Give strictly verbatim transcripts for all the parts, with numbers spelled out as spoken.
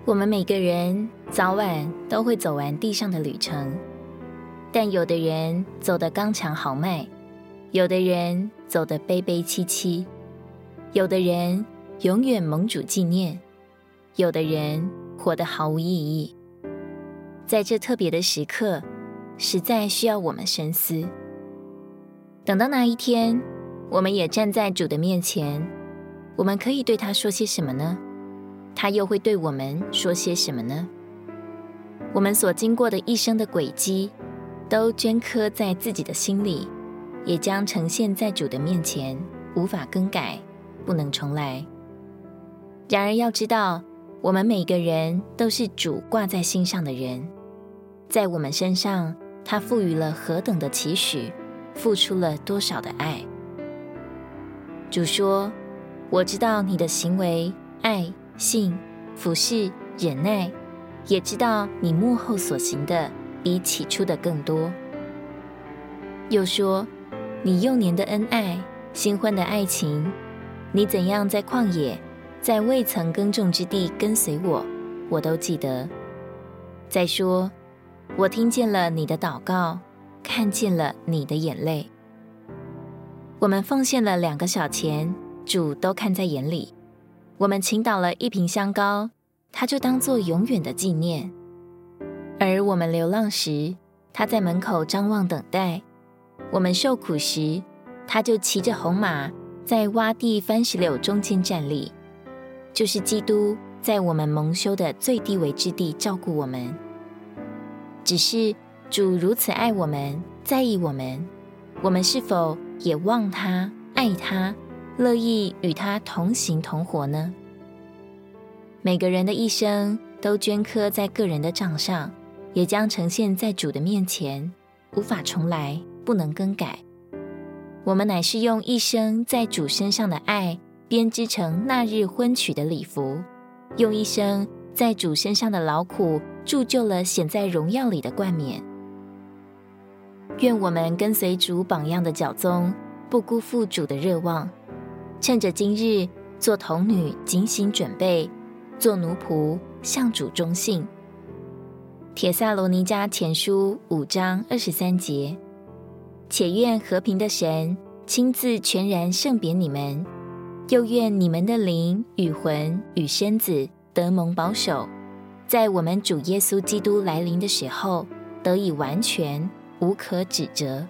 我们每个人早晚都会走完地上的旅程，但有的人走得刚强豪迈，有的人走得悲悲戚戚，有的人永远蒙主纪念，有的人活得毫无意义。在这特别的时刻，实在需要我们深思。等到那一天，我们也站在主的面前，我们可以对他说些什么呢？他又会对我们说些什么呢？我们所经过的一生的轨迹，都镌刻在自己的心里，也将呈现在主的面前，无法更改，不能重来。然而要知道，我们每个人都是主挂在心上的人，在我们身上，他赋予了何等的期许，付出了多少的爱。主说，我知道你的行为、爱、信、服侍、忍耐，也知道你幕后所行的比起初的更多。又说，你幼年的恩爱、新婚的爱情，你怎样在旷野，在未曾耕种之地跟随我，我都记得。再说，我听见了你的祷告，看见了你的眼泪。我们奉献了两个小钱，主都看在眼里。我们倾倒了一瓶香膏，他就当作永远的纪念。而我们流浪时，他在门口张望等待；我们受苦时，他就骑着红马，在洼地番石榴中间站立。就是基督在我们蒙羞的最低微之地照顾我们。只是主如此爱我们，在意我们，我们是否也望他、爱他，乐意与他同行同活呢？每个人的一生都镌刻在个人的账上，也将呈现在主的面前，无法重来，不能更改。我们乃是用一生在主身上的爱编织成那日婚娶的礼服，用一生在主身上的劳苦铸就了显在荣耀里的冠冕。愿我们跟随主榜样的脚踪，不辜负主的热望，趁着今日做童女警醒准备，做奴仆向主忠信。帖撒罗尼迦前书五章二十三节，且愿和平的神亲自全然圣别你们，又愿你们的灵与魂与身子得蒙保守，在我们主耶稣基督来临的时候，得以完全，无可指责。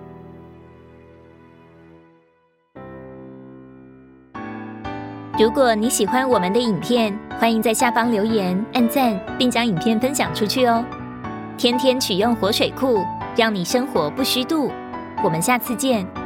如果你喜欢我们的影片，欢迎在下方留言、按赞，并将影片分享出去哦。天天取用活水库，让你生活不虚度。我们下次见。